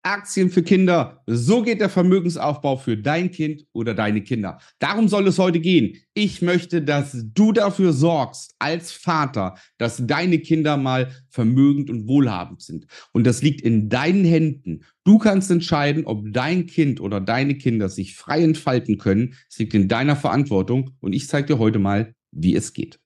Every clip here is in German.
Aktien für Kinder. So geht der Vermögensaufbau für dein Kind oder deine Kinder. Darum soll es heute gehen. Ich möchte, dass du dafür sorgst, als Vater, dass deine Kinder mal vermögend und wohlhabend sind. Und das liegt in deinen Händen. Du kannst entscheiden, ob dein Kind oder deine Kinder sich frei entfalten können. Es liegt in deiner Verantwortung. Und ich zeige dir heute mal, wie es geht.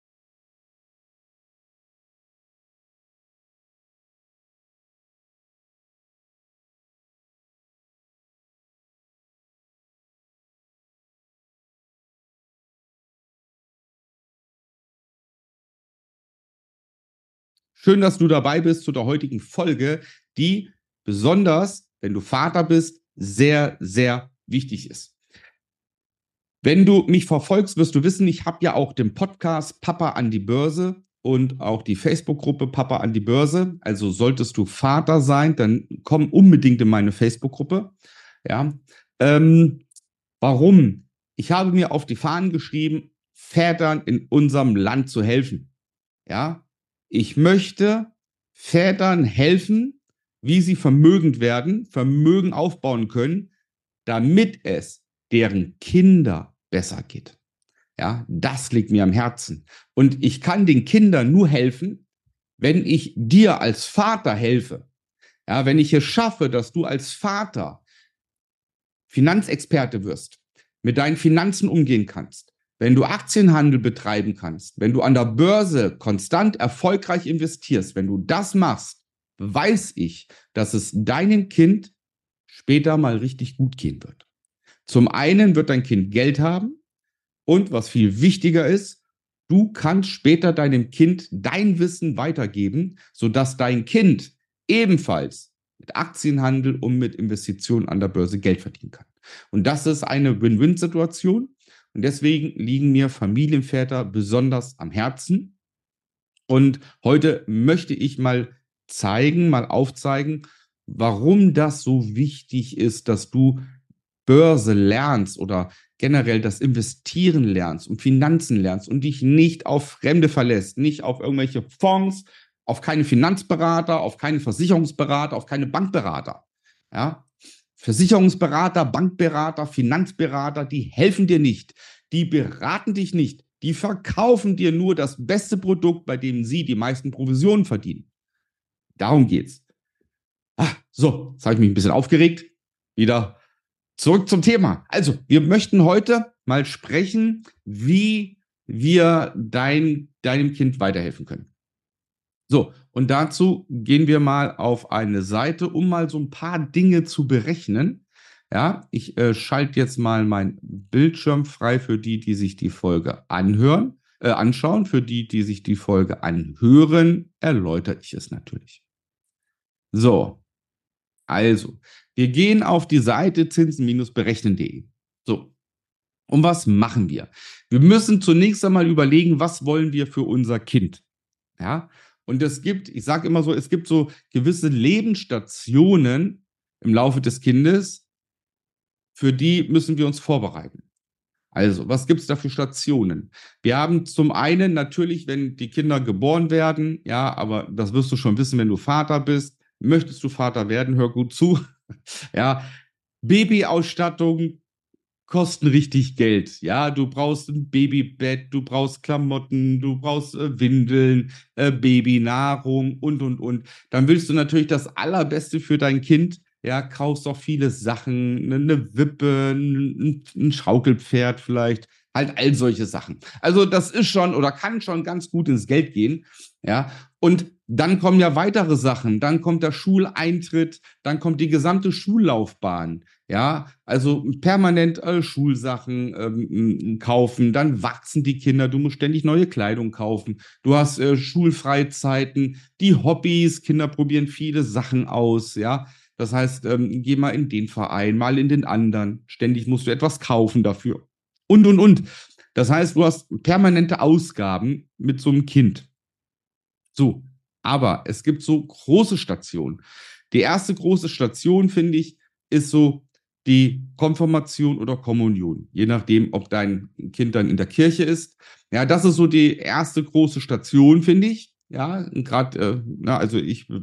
Schön, dass du dabei bist zu der heutigen Folge, die besonders, wenn du Vater bist, sehr, sehr wichtig ist. Wenn du mich verfolgst, wirst du wissen, ich habe ja auch den Podcast Papa an die Börse und auch die Facebook-Gruppe Papa an die Börse. Also solltest du Vater sein, dann komm unbedingt in meine Facebook-Gruppe. Ja. Warum? Ich habe mir auf die Fahnen geschrieben, Vätern in unserem Land zu helfen. Ja, ich möchte Vätern helfen, wie sie vermögend werden, Vermögen aufbauen können, damit es deren Kinder besser geht. Ja, das liegt mir am Herzen. Und ich kann den Kindern nur helfen, wenn ich dir als Vater helfe. Ja, wenn ich es schaffe, dass du als Vater Finanzexperte wirst, mit deinen Finanzen umgehen kannst, wenn du Aktienhandel betreiben kannst, wenn du an der Börse konstant erfolgreich investierst, wenn du das machst, weiß ich, dass es deinem Kind später mal richtig gut gehen wird. Zum einen wird dein Kind Geld haben und was viel wichtiger ist, du kannst später deinem Kind dein Wissen weitergeben, sodass dein Kind ebenfalls mit Aktienhandel und mit Investitionen an der Börse Geld verdienen kann. Und das ist eine Win-Win-Situation. Und deswegen liegen mir Familienväter besonders am Herzen. Und heute möchte ich mal aufzeigen, warum das so wichtig ist, dass du Börse lernst oder generell das Investieren lernst und Finanzen lernst und dich nicht auf Fremde verlässt, nicht auf irgendwelche Fonds, auf keine Finanzberater, auf keine Versicherungsberater, auf keine Bankberater. Ja? Versicherungsberater, Bankberater, Finanzberater, die helfen dir nicht, die beraten dich nicht, die verkaufen dir nur das beste Produkt, bei dem sie die meisten Provisionen verdienen. Darum geht's. So, jetzt habe ich mich ein bisschen aufgeregt. Wieder zurück zum Thema. Also, wir möchten heute mal sprechen, wie wir deinem Kind weiterhelfen können. So, und dazu gehen wir mal auf eine Seite, um mal so ein paar Dinge zu berechnen. Ja, ich schalte jetzt mal meinen Bildschirm frei für die, die sich die Folge anschauen. Für die, die sich die Folge anhören, erläutere ich es natürlich. So, also, wir gehen auf die Seite zinsen-berechnen.de. So, und was machen wir? Wir müssen zunächst einmal überlegen, was wollen wir für unser Kind? Ja, und ich sage immer so, es gibt so gewisse Lebensstationen im Laufe des Kindes, für die müssen wir uns vorbereiten. Also, was gibt es da für Stationen? Wir haben zum einen natürlich, wenn die Kinder geboren werden, ja, aber das wirst du schon wissen, wenn du Vater bist. Möchtest du Vater werden? Hör gut zu. Ja, Babyausstattung kosten richtig Geld. Ja, du brauchst ein Babybett, du brauchst Klamotten, du brauchst Windeln, Babynahrung und. Dann willst du natürlich das Allerbeste für dein Kind. Ja, kaufst auch viele Sachen, eine Wippe, ein Schaukelpferd vielleicht, halt all solche Sachen. Also das ist schon oder kann schon ganz gut ins Geld gehen. Ja, und dann kommen ja weitere Sachen. Dann kommt der Schuleintritt, dann kommt die gesamte Schullaufbahn. Ja, also permanent Schulsachen kaufen, dann wachsen die Kinder, du musst ständig neue Kleidung kaufen, du hast Schulfreizeiten, die Hobbys, Kinder probieren viele Sachen aus, ja. Das heißt, geh mal in den Verein, mal in den anderen, ständig musst du etwas kaufen dafür und. Das heißt, du hast permanente Ausgaben mit so einem Kind. So, aber es gibt so große Stationen. Die erste große Station, finde ich, ist so die Konfirmation oder Kommunion, je nachdem, ob dein Kind dann in der Kirche ist. Ja, das ist so die erste große Station, finde ich. Ja, gerade, also ich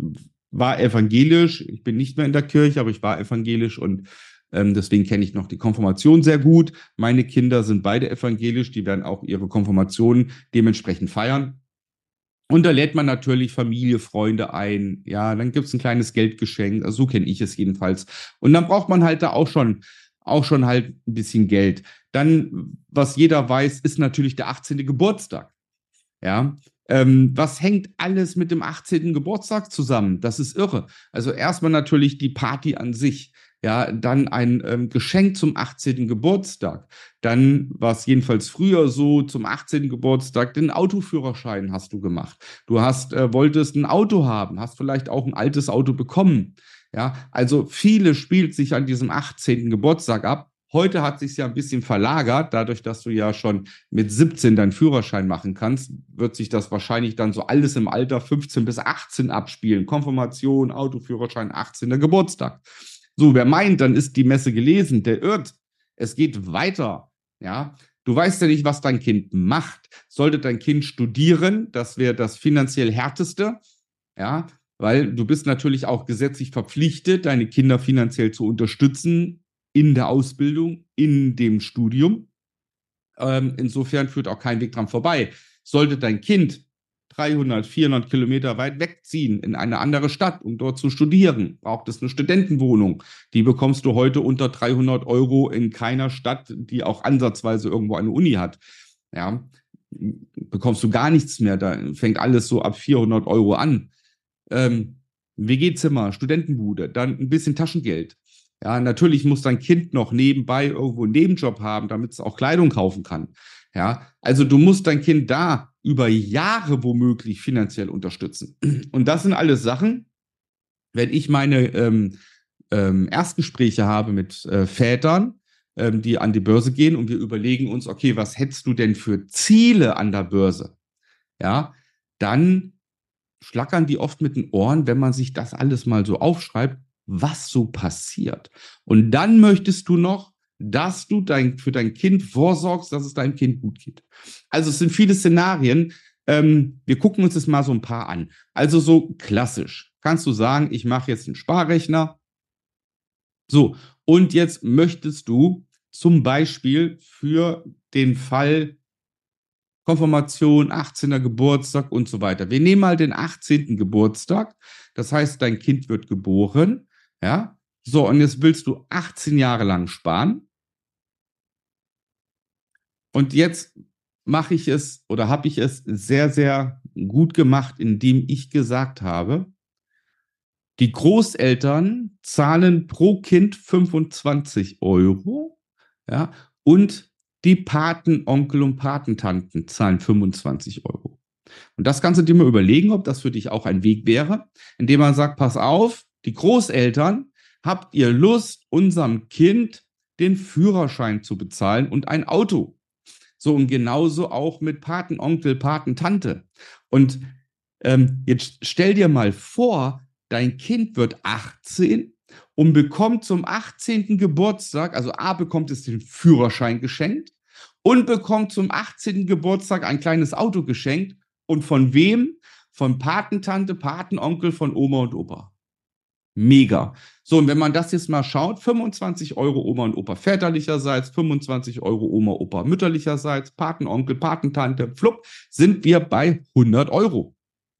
war evangelisch. Ich bin nicht mehr in der Kirche, aber ich war evangelisch und deswegen kenne ich noch die Konfirmation sehr gut. Meine Kinder sind beide evangelisch, die werden auch ihre Konfirmation dementsprechend feiern. Und da lädt man natürlich Familie, Freunde ein. Ja, dann gibt es ein kleines Geldgeschenk. Also so kenne ich es jedenfalls. Und dann braucht man halt da auch schon halt ein bisschen Geld. Dann, was jeder weiß, ist natürlich der 18. Geburtstag. Ja, was hängt alles mit dem 18. Geburtstag zusammen? Das ist irre. Also erstmal natürlich die Party an sich. Ja, dann ein Geschenk zum 18. Geburtstag. Dann war es jedenfalls früher so, zum 18. Geburtstag, den Autoführerschein hast du gemacht. Du wolltest ein Auto haben, hast vielleicht auch ein altes Auto bekommen. Ja, also viele spielt sich an diesem 18. Geburtstag ab. Heute hat sich ja ein bisschen verlagert, dadurch, dass du ja schon mit 17 deinen Führerschein machen kannst, wird sich das wahrscheinlich dann so alles im Alter 15 bis 18 abspielen. Konfirmation, Autoführerschein, 18. Geburtstag. So, wer meint, dann ist die Messe gelesen, der irrt. Es geht weiter. Ja, du weißt ja nicht, was dein Kind macht. Sollte dein Kind studieren, das wäre das finanziell härteste. Ja, weil du bist natürlich auch gesetzlich verpflichtet, deine Kinder finanziell zu unterstützen in der Ausbildung, in dem Studium. Insofern führt auch kein Weg dran vorbei. Sollte dein Kind 300, 400 Kilometer weit wegziehen in eine andere Stadt, um dort zu studieren, braucht es eine Studentenwohnung. Die bekommst du heute unter 300 Euro in keiner Stadt, die auch ansatzweise irgendwo eine Uni hat. Ja, bekommst du gar nichts mehr. Da fängt alles so ab 400 Euro an. WG-Zimmer, Studentenbude, dann ein bisschen Taschengeld. Ja, natürlich muss dein Kind noch nebenbei irgendwo einen Nebenjob haben, damit es auch Kleidung kaufen kann. Ja, also du musst dein Kind da über Jahre womöglich finanziell unterstützen. Und das sind alles Sachen, wenn ich meine Erstgespräche habe mit Vätern, die an die Börse gehen und wir überlegen uns, okay, was hättest du denn für Ziele an der Börse? Ja, dann schlackern die oft mit den Ohren, wenn man sich das alles mal so aufschreibt, was so passiert. Und dann möchtest du noch, dass du für dein Kind vorsorgst, dass es deinem Kind gut geht. Also es sind viele Szenarien. Wir gucken uns das mal so ein paar an. Also so klassisch. Kannst du sagen, ich mache jetzt einen Sparrechner. So, und jetzt möchtest du zum Beispiel für den Fall Konfirmation, 18. Geburtstag und so weiter. Wir nehmen mal den 18. Geburtstag. Das heißt, dein Kind wird geboren. Ja, so, und jetzt willst du 18 Jahre lang sparen. Und jetzt mache ich es oder habe ich es sehr, sehr gut gemacht, indem ich gesagt habe, die Großeltern zahlen pro Kind 25 Euro, ja, und die Patenonkel und Patentanten zahlen 25 Euro. Und das kannst du dir mal überlegen, ob das für dich auch ein Weg wäre, indem man sagt, pass auf, die Großeltern, habt ihr Lust, unserem Kind den Führerschein zu bezahlen und ein Auto? So, und genauso auch mit Patenonkel, Patentante. Und jetzt stell dir mal vor, dein Kind wird 18 und bekommt zum 18. Geburtstag, also A, bekommt es den Führerschein geschenkt und bekommt zum 18. Geburtstag ein kleines Auto geschenkt. Und von wem? Von Patentante, Patenonkel, von Oma und Opa. Mega. So, und wenn man das jetzt mal schaut, 25 Euro Oma und Opa väterlicherseits, 25 Euro Oma, Opa mütterlicherseits, Patenonkel, Patentante, flupp, sind wir bei 100 Euro.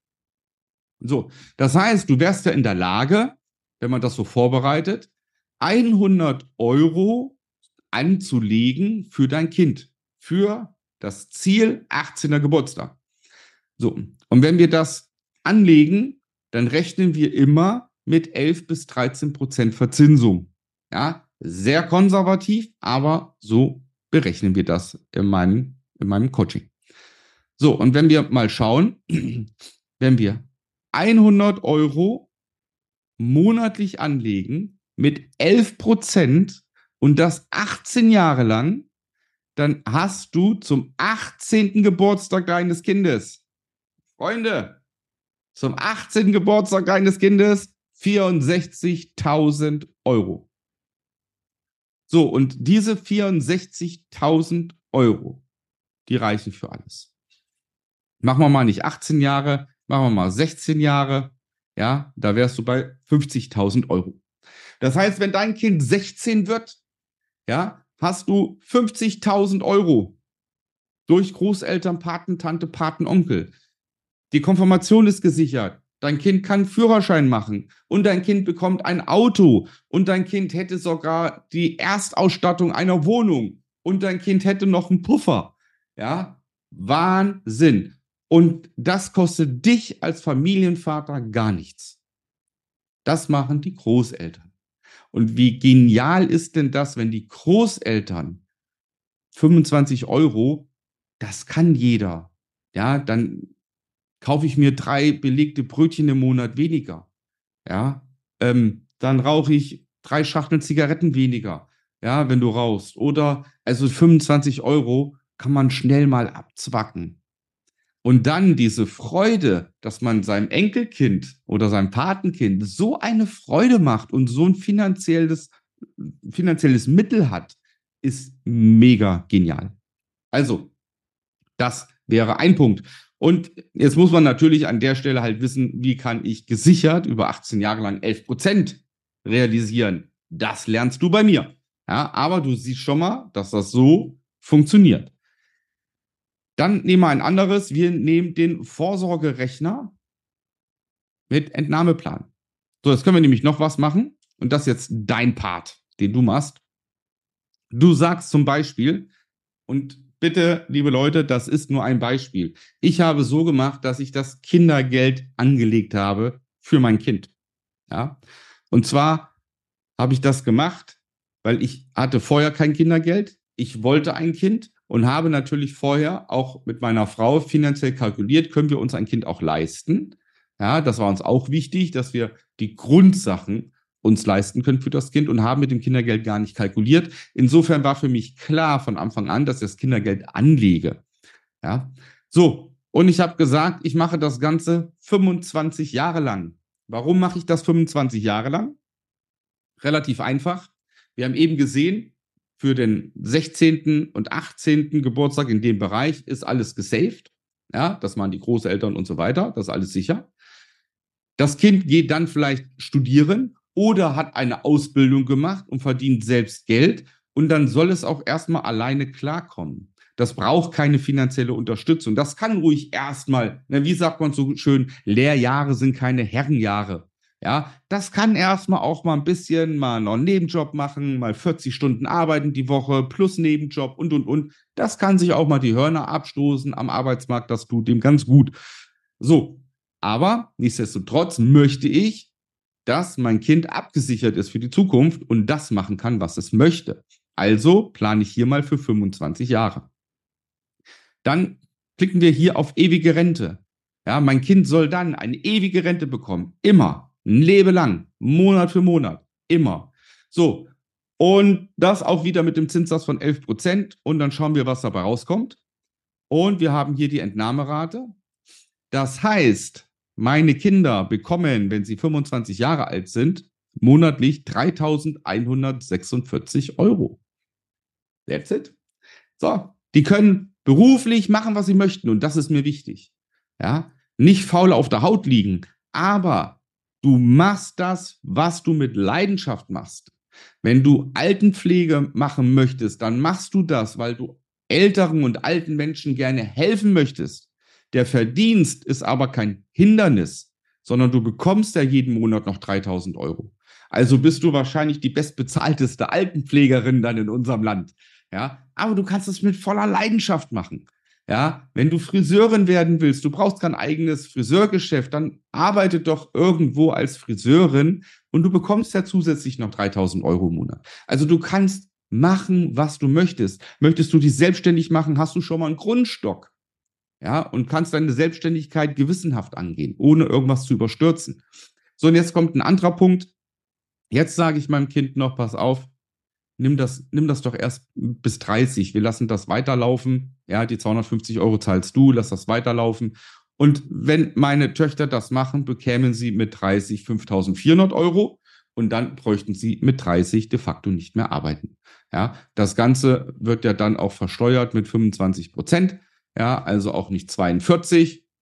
So, das heißt, du wärst ja in der Lage, wenn man das so vorbereitet, 100 Euro anzulegen für dein Kind, für das Ziel 18. Geburtstag. So, und wenn wir das anlegen, dann rechnen wir immer mit 11 bis 13% Verzinsung. Ja, sehr konservativ, aber so berechnen wir das in meinem Coaching. So, und wenn wir mal schauen, wenn wir 100 Euro monatlich anlegen mit 11% und das 18 Jahre lang, dann hast du zum 18. Geburtstag deines Kindes, Freunde, zum 18. Geburtstag deines Kindes 64.000 Euro. So, und diese 64.000 Euro, die reichen für alles. Machen wir mal nicht 18 Jahre, machen wir mal 16 Jahre. ja, da wärst du bei 50.000 Euro. Das heißt, wenn dein Kind 16 wird, ja, hast du 50.000 Euro durch Großeltern, Patentante, Patenonkel. Die Konfirmation ist gesichert. Dein Kind kann Führerschein machen und dein Kind bekommt ein Auto und dein Kind hätte sogar die Erstausstattung einer Wohnung und dein Kind hätte noch einen Puffer. Ja, Wahnsinn. Und das kostet dich als Familienvater gar nichts. Das machen die Großeltern. Und wie genial ist denn das, wenn die Großeltern 25 Euro, das kann jeder. Ja, dann kaufe ich mir 3 belegte Brötchen im Monat weniger. Ja, dann rauche ich 3 Schachteln Zigaretten weniger. Ja, wenn du rauchst. Oder, also 25 Euro kann man schnell mal abzwacken. Und dann diese Freude, dass man seinem Enkelkind oder seinem Patenkind so eine Freude macht und so ein finanzielles Mittel hat, ist mega genial. Also, das wäre ein Punkt. Und jetzt muss man natürlich an der Stelle halt wissen, wie kann ich gesichert über 18 Jahre lang 11% realisieren. Das lernst du bei mir. Ja, aber du siehst schon mal, dass das so funktioniert. Dann nehmen wir ein anderes. Wir nehmen den Vorsorgerechner mit Entnahmeplan. So, jetzt können wir nämlich noch was machen. Und das ist jetzt dein Part, den du machst. Du sagst zum Beispiel, und bitte, liebe Leute, das ist nur ein Beispiel. Ich habe so gemacht, dass ich das Kindergeld angelegt habe für mein Kind. Ja? Und zwar habe ich das gemacht, weil ich hatte vorher kein Kindergeld. Ich wollte ein Kind und habe natürlich vorher auch mit meiner Frau finanziell kalkuliert, können wir uns ein Kind auch leisten. Ja, das war uns auch wichtig, dass wir die Grundsachen uns leisten können für das Kind und haben mit dem Kindergeld gar nicht kalkuliert. Insofern war für mich klar von Anfang an, dass ich das Kindergeld anlege. Ja, so. Und ich habe gesagt, ich mache das Ganze 25 Jahre lang. Warum mache ich das 25 Jahre lang? Relativ einfach. Wir haben eben gesehen, für den 16. und 18. Geburtstag in dem Bereich ist alles gesaved. Ja, das waren die Großeltern und so weiter. Das ist alles sicher. Das Kind geht dann vielleicht studieren oder hat eine Ausbildung gemacht und verdient selbst Geld. Und dann soll es auch erstmal alleine klarkommen. Das braucht keine finanzielle Unterstützung. Das kann ruhig erstmal, wie sagt man so schön, Lehrjahre sind keine Herrenjahre. Ja, das kann erstmal auch mal ein bisschen mal noch einen Nebenjob machen, mal 40 Stunden arbeiten die Woche plus Nebenjob und. Das kann sich auch mal die Hörner abstoßen am Arbeitsmarkt, das tut dem ganz gut. So, aber nichtsdestotrotz möchte ich, dass mein Kind abgesichert ist für die Zukunft und das machen kann, was es möchte. Also plane ich hier mal für 25 Jahre. Dann klicken wir hier auf ewige Rente. Ja, mein Kind soll dann eine ewige Rente bekommen. Immer. Ein Leben lang. Monat für Monat. Immer. So. Und das auch wieder mit dem Zinssatz von 11%. Und dann schauen wir, was dabei rauskommt. Und wir haben hier die Entnahmerate. Das heißt, meine Kinder bekommen, wenn sie 25 Jahre alt sind, monatlich 3.146 Euro. That's it. So, die können beruflich machen, was sie möchten und das ist mir wichtig. Ja, nicht faul auf der Haut liegen, aber du machst das, was du mit Leidenschaft machst. Wenn du Altenpflege machen möchtest, dann machst du das, weil du älteren und alten Menschen gerne helfen möchtest. Der Verdienst ist aber kein Hindernis, sondern du bekommst ja jeden Monat noch 3.000 Euro. Also bist du wahrscheinlich die bestbezahlteste Altenpflegerin dann in unserem Land. Ja, aber du kannst es mit voller Leidenschaft machen. Ja, wenn du Friseurin werden willst, du brauchst kein eigenes Friseurgeschäft, dann arbeite doch irgendwo als Friseurin und du bekommst ja zusätzlich noch 3.000 Euro im Monat. Also du kannst machen, was du möchtest. Möchtest du dich selbstständig machen, hast du schon mal einen Grundstock. Ja, und kannst deine Selbstständigkeit gewissenhaft angehen, ohne irgendwas zu überstürzen. So, und jetzt kommt ein anderer Punkt. Jetzt sage ich meinem Kind noch, pass auf, nimm das doch erst bis 30. Wir lassen das weiterlaufen. Ja, die 250 Euro zahlst du, lass das weiterlaufen. Und wenn meine Töchter das machen, bekämen sie mit 30 5.400 Euro und dann bräuchten sie mit 30 de facto nicht mehr arbeiten. Ja, das Ganze wird ja dann auch versteuert mit 25%. Ja, also auch nicht 42,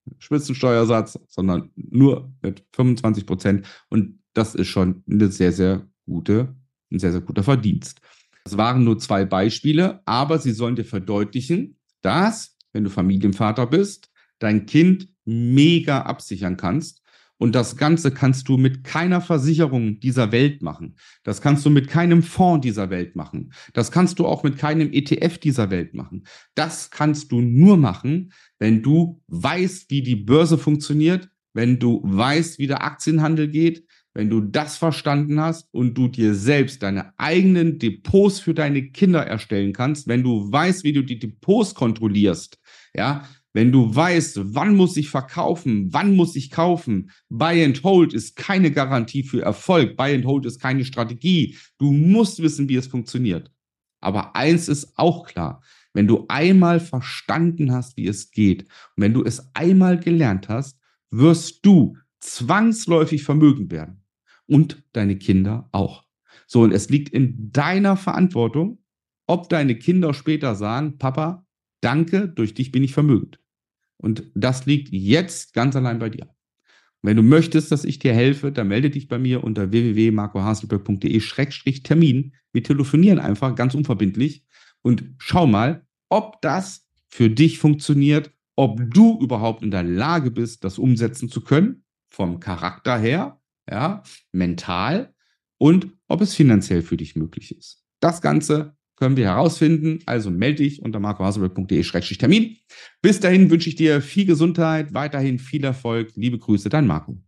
Spitzensteuersatz, sondern nur mit 25%. Und das ist schon ein sehr, sehr guter Verdienst. Das waren nur 2 Beispiele, aber sie sollen dir verdeutlichen, dass, wenn du Familienvater bist, dein Kind mega absichern kannst. Und das Ganze kannst du mit keiner Versicherung dieser Welt machen. Das kannst du mit keinem Fonds dieser Welt machen. Das kannst du auch mit keinem ETF dieser Welt machen. Das kannst du nur machen, wenn du weißt, wie die Börse funktioniert, wenn du weißt, wie der Aktienhandel geht, wenn du das verstanden hast und du dir selbst deine eigenen Depots für deine Kinder erstellen kannst, wenn du weißt, wie du die Depots kontrollierst, ja, wenn du weißt, wann muss ich verkaufen, wann muss ich kaufen. Buy and Hold ist keine Garantie für Erfolg. Buy and Hold ist keine Strategie. Du musst wissen, wie es funktioniert. Aber eins ist auch klar. Wenn du einmal verstanden hast, wie es geht, und wenn du es einmal gelernt hast, wirst du zwangsläufig vermögend werden. Und deine Kinder auch. So, und es liegt in deiner Verantwortung, ob deine Kinder später sagen, Papa, danke, durch dich bin ich vermögend. Und das liegt jetzt ganz allein bei dir. Wenn du möchtest, dass ich dir helfe, dann melde dich bei mir unter www.marcohaselberg.de/Termin. Wir telefonieren einfach ganz unverbindlich und schau mal, ob das für dich funktioniert, ob du überhaupt in der Lage bist, das umsetzen zu können, vom Charakter her, ja, mental, und ob es finanziell für dich möglich ist. Das Ganze können wir herausfinden. Also melde dich unter marcohaselberg.de/Termin. Bis dahin wünsche ich dir viel Gesundheit, weiterhin viel Erfolg. Liebe Grüße, dein Marco.